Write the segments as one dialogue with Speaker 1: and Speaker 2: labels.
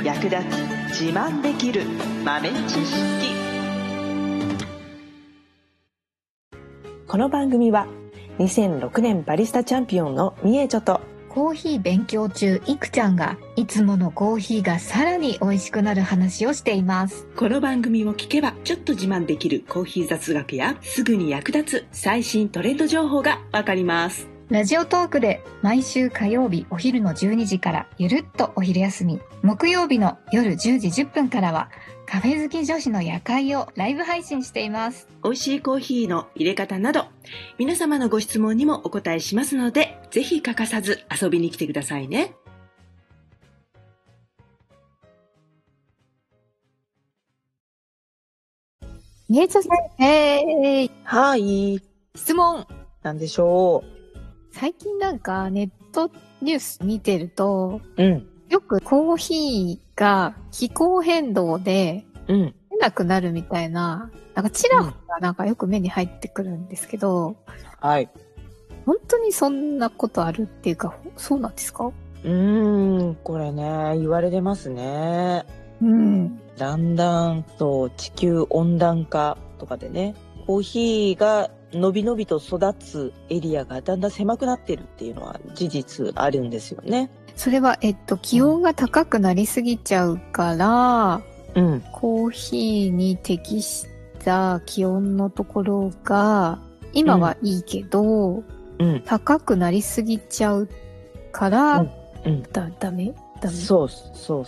Speaker 1: 役立つ自慢できる豆知識。この番組は2006年バリスタチャンピオンのみえちょと
Speaker 2: コーヒー勉強中いくちゃんがいつものコーヒーがさらに美味しくなる話をしています。
Speaker 1: この番組を聞けばちょっと自慢できるコーヒー雑学やすぐに役立つ最新トレンド情報がわかります。
Speaker 2: ラジオトークで毎週火曜日お昼の12時からゆるっとお昼休み、木曜日の夜10時10分からはカフェ好き女子の夜会をライブ配信しています。
Speaker 1: 美味しいコーヒーの入れ方など皆様のご質問にもお答えしますので、ぜひ欠かさず遊びに来てくださいね。
Speaker 2: みえちょ先生、
Speaker 3: はい。
Speaker 2: 質問。
Speaker 3: なんでしょ
Speaker 2: 最近なんかネットニュース見てると、
Speaker 3: う。
Speaker 2: よくコーヒーが気候変動で出なくなるみたいな、なんかちらほらなんかよく目に入ってくるんですけど、
Speaker 3: はい。
Speaker 2: 本当にそんなことあるっていうか、そうなんですか？
Speaker 3: これね、言われてますね。だんだんと地球温暖化とかでね、コーヒーがのびのびと育つエリアがだんだん狭くなってるっていうのは事実あるんですよね。
Speaker 2: それは、気温が高くなりすぎちゃうから、コーヒーに適した気温のところが、今はいいけど、高くなりすぎちゃうから、ダメ。
Speaker 3: そう。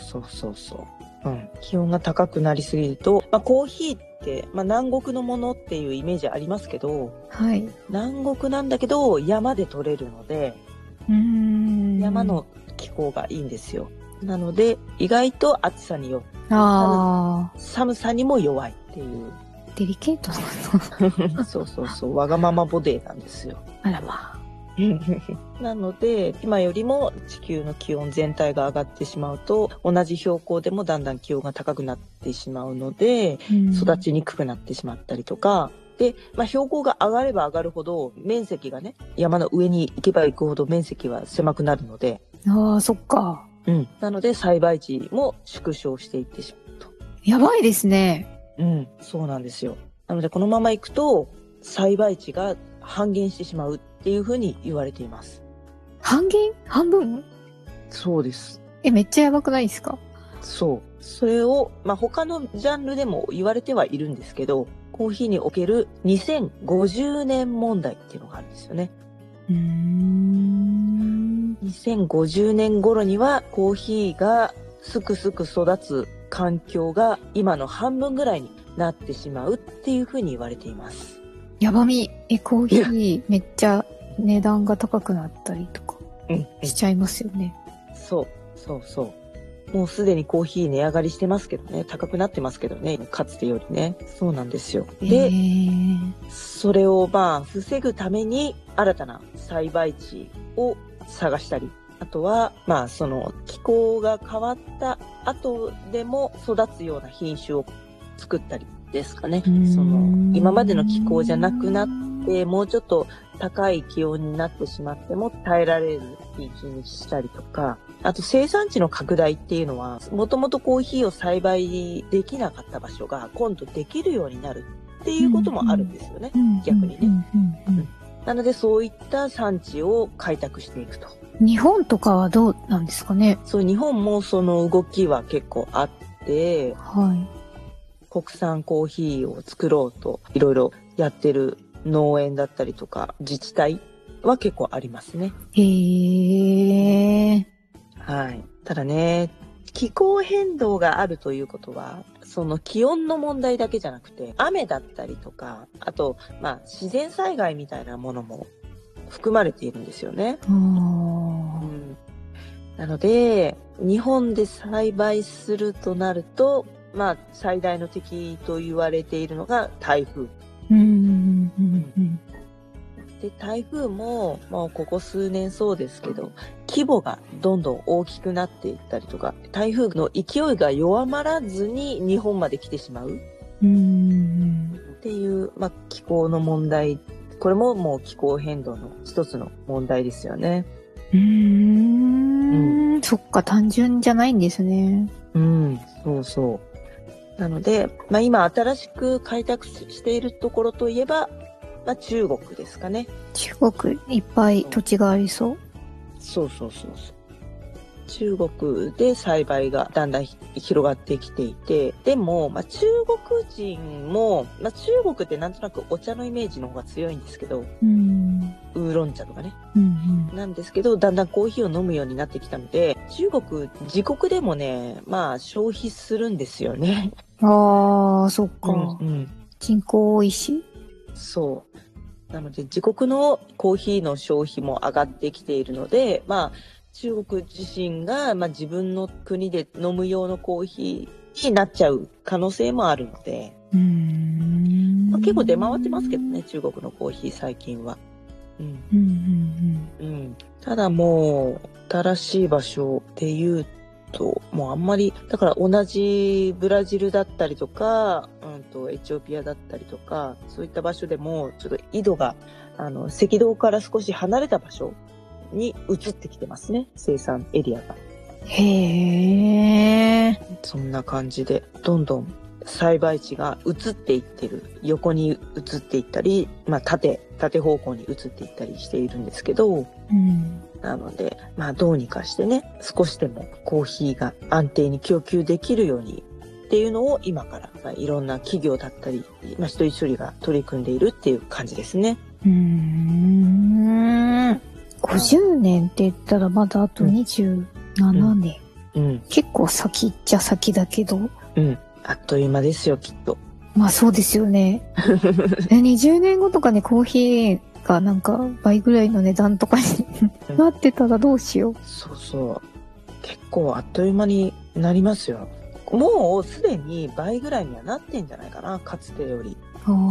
Speaker 3: 気温が高くなりすぎると、コーヒーって、南国のものっていうイメージありますけど、
Speaker 2: はい。
Speaker 3: 南国なんだけど山で採れるので、山の気候がいいんですよ。なので意外と暑さに弱い、寒さにも弱いっていう
Speaker 2: デリケート
Speaker 3: なそうわがままボデーなんですよ。
Speaker 2: あらまあ
Speaker 3: なので今よりも地球の気温全体が上がってしまうと、同じ標高でもだんだん気温が高くなってしまうので、育ちにくくなってしまったりとかで、標高が上がれば上がるほど面積がね、山の上に行けば行くほど面積は狭くなるので、
Speaker 2: そっか。
Speaker 3: なので栽培地も縮小していってしまうと。
Speaker 2: やばいですね。
Speaker 3: そうなんですよ。なのでこのまま行くと栽培地が半減してしまうっていうふうに言われています。
Speaker 2: 半分？
Speaker 3: そうです。
Speaker 2: めっちゃやばくないですか？
Speaker 3: そう。それを、他のジャンルでも言われてはいるんですけど、コーヒーにおける2050年問題っていうのがあるんですよね。2050年頃にはコーヒーがすくすく育つ環境が今の半分ぐらいになってしまうっていうふうに言われています。
Speaker 2: やばみ。コーヒーめっちゃ値段が高くなったりとかしちゃいますよね。
Speaker 3: そう。もうすでにコーヒー値上がりしてますけどね、高くなってますけどね、かつてよりね。そうなんですよ。で、それを防ぐために新たな栽培地を探したり、あとはその気候が変わった後でも育つような品種を作ったりですかね。その今までの気候じゃなくなってもうちょっと高い気温になってしまっても耐えられる品種にしたりとか、あと生産地の拡大っていうのは、もともとコーヒーを栽培できなかった場所が今度できるようになるっていうこともあるんですよね、逆にね。なのでそういった産地を開拓していくと。
Speaker 2: 日本とかはどうなんですかね？
Speaker 3: そう、日本もその動きは結構あって、国産コーヒーを作ろうといろいろやってる農園だったりとか自治体は結構ありますね。はい。ただね、気候変動があるということは、その気温の問題だけじゃなくて、雨だったりとか、あと、自然災害みたいなものも含まれているんですよね。なので、日本で栽培するとなると、最大の敵と言われているのが台風。で、台風も、ここ数年そうですけど、規模がどんどん大きくなっていったりとか、台風の勢いが弱まらずに日本まで来てしまうっていう、気候の問題。これももう気候変動の一つの問題ですよね。
Speaker 2: そっか、単純じゃないんですね。
Speaker 3: うん、そうそう。なので、今新しく開拓しているところといえば、中国ですかね。
Speaker 2: 中国いっぱい土地がありそう。
Speaker 3: そうそうそうそう。中国で栽培がだんだん広がってきていて、でも、中国人も、中国ってなんとなくお茶のイメージの方が強いんですけど、ウーロン茶とかね、なんですけど、だんだんコーヒーを飲むようになってきたので、中国自国でもね、消費するんですよね。
Speaker 2: ああ、そっか。人口多いし。
Speaker 3: そう。なので自国のコーヒーの消費も上がってきているので、中国自身が、自分の国で飲む用のコーヒーになっちゃう可能性もあるので、結構出回ってますけどね、中国のコーヒー最近は。ただもう新しい場所で言うと、もうあんまりだから同じブラジルだったりとか、エチオピアだったりとか、そういった場所でもちょっと緯度が赤道から少し離れた場所に移ってきてますね、生産エリアが。
Speaker 2: へー。
Speaker 3: そんな感じでどんどん栽培地が移っていってる、横に移っていったり、縦方向に移っていったりしているんですけど、なのでどうにかしてね、少しでもコーヒーが安定に供給できるようにっていうのを今からいろんな企業だったり、一人一人が取り組んでいるっていう感じですね。
Speaker 2: 50年って言ったらまだあと27年。結構先っちゃ先だけど。
Speaker 3: あっという間ですよ、きっと。
Speaker 2: そうですよね。20年後とかにコーヒーがなんか倍ぐらいの値段とかになってたらどうしよう。
Speaker 3: そうそう。結構あっという間になりますよ。もうすでに倍ぐらいにはなってんじゃないかな、かつてより。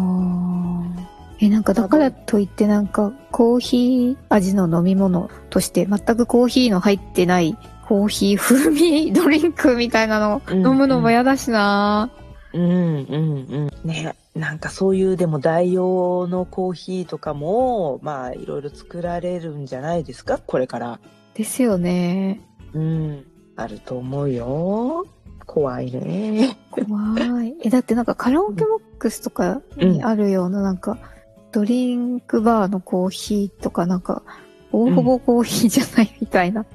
Speaker 2: なんかだからといってなんかコーヒー味の飲み物として全くコーヒーの入ってないコーヒー風味ドリンクみたいなの飲むのも嫌だしな。ね、なんかそういうでも代用のコーヒーとかもいろいろ作られるんじゃないですか、これから。 ですよね。
Speaker 3: あると思うよ。怖いね。
Speaker 2: 怖い。だってなんかカラオケボックスとかにあるようななんかドリンクバーのコーヒーとかなんかほぼコーヒーじゃないみたいな、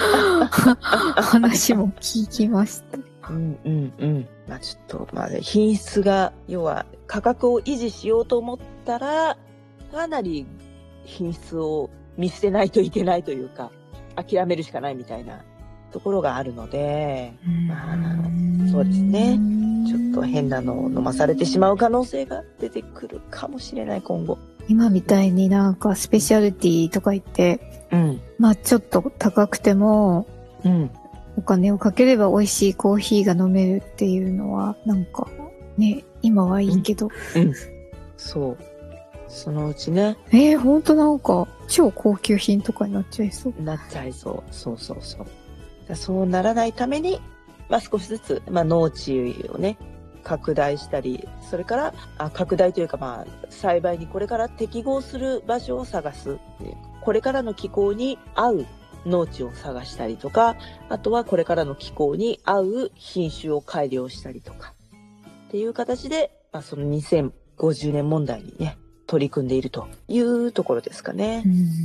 Speaker 2: 話も聞きました。
Speaker 3: ちょっと品質が、要は価格を維持しようと思ったらかなり品質を見捨てないといけないというか、諦めるしかないみたいなところがあるので、そうですね。ちょっと変なのを飲まされてしまう可能性が出てくるかもしれない、今後。
Speaker 2: 今みたいになんかスペシャルティとか言って、ちょっと高くても、お金をかければ美味しいコーヒーが飲めるっていうのは、なんかね、今はいいけど。
Speaker 3: そう。そのうちね。
Speaker 2: ほんとなんか超高級品とかになっちゃいそう。
Speaker 3: なっちゃいそう。そう。そうならないために、少しずつ、農地をね、拡大したり、それから、拡大というか栽培にこれから適合する場所を探す。これからの気候に合う農地を探したりとか、あとはこれからの気候に合う品種を改良したりとか、っていう形で、その2050年問題にね、取り組んでいるというところですかね。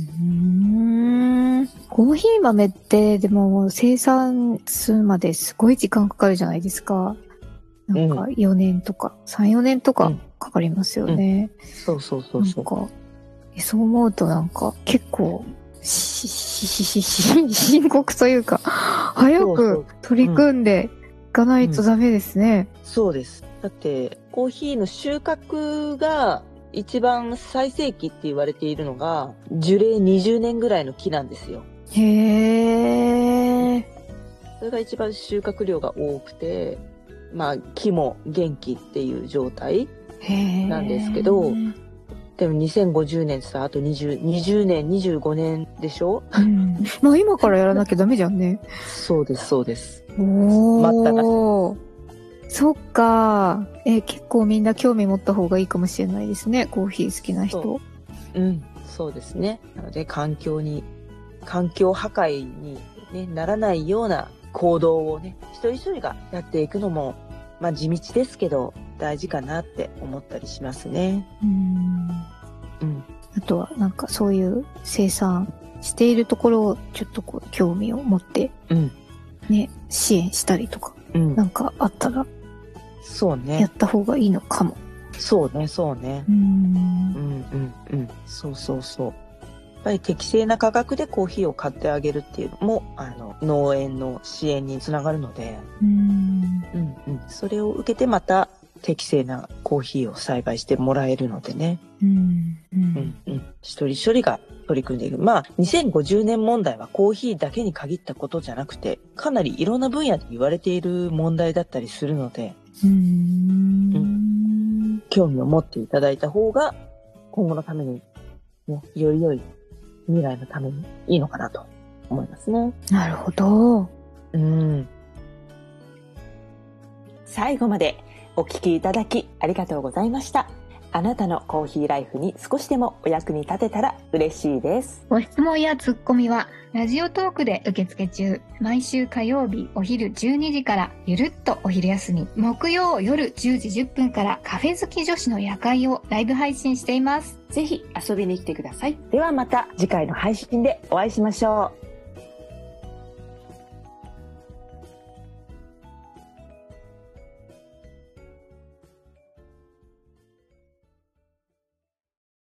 Speaker 2: コーヒー豆ってでも生産するまですごい時間かかるじゃないですか。なんか4年とか、3、4年とかかかりますよね。
Speaker 3: そう。
Speaker 2: なんかそう思うとなんか結構深刻というか早く取り組んでいかないとダメですね。
Speaker 3: そうです。だってコーヒーの収穫が一番最盛期って言われているのが樹齢20年ぐらいの木なんですよ。
Speaker 2: へー。
Speaker 3: それが一番収穫量が多くて、木も元気っていう状態なんですけど、でも2050年さ、あと20年、25年でしょ？
Speaker 2: 今からやらなきゃダメじゃんね。
Speaker 3: そうです。
Speaker 2: 待ったなし。そっか。結構みんな興味持った方がいいかもしれないですね。コーヒー好きな人。
Speaker 3: そうですね。なので環境破壊に、ならないような行動をね、一人一人がやっていくのも、地道ですけど、大事かなって思ったりしますね。
Speaker 2: あとは、そういう生産しているところをちょっと興味を持って、ね、支援したりとか、あったら、
Speaker 3: そうね。
Speaker 2: やった方がいいのかも。
Speaker 3: そうね。そう。やっぱり適正な価格でコーヒーを買ってあげるっていうのも、農園の支援につながるので、それを受けてまた適正なコーヒーを栽培してもらえるのでね。一人一人が取り組んでいく。2050年問題はコーヒーだけに限ったことじゃなくて、かなりいろんな分野で言われている問題だったりするので、興味を持っていただいた方が、今後のために、ね、より良い未来のためにいいのかなと思いますね。
Speaker 2: なるほど。
Speaker 1: 最後までお聞きいただきありがとうございました。あなたのコーヒーライフに少しでもお役に立てたら嬉しいです。
Speaker 2: ご質問やツッコミはラジオトークで受付中。毎週火曜日お昼12時からゆるっとお昼休み、木曜夜10時10分からカフェ好き女子の夜会をライブ配信しています。
Speaker 1: ぜひ遊びに来てください。ではまた次回の配信でお会いしましょう。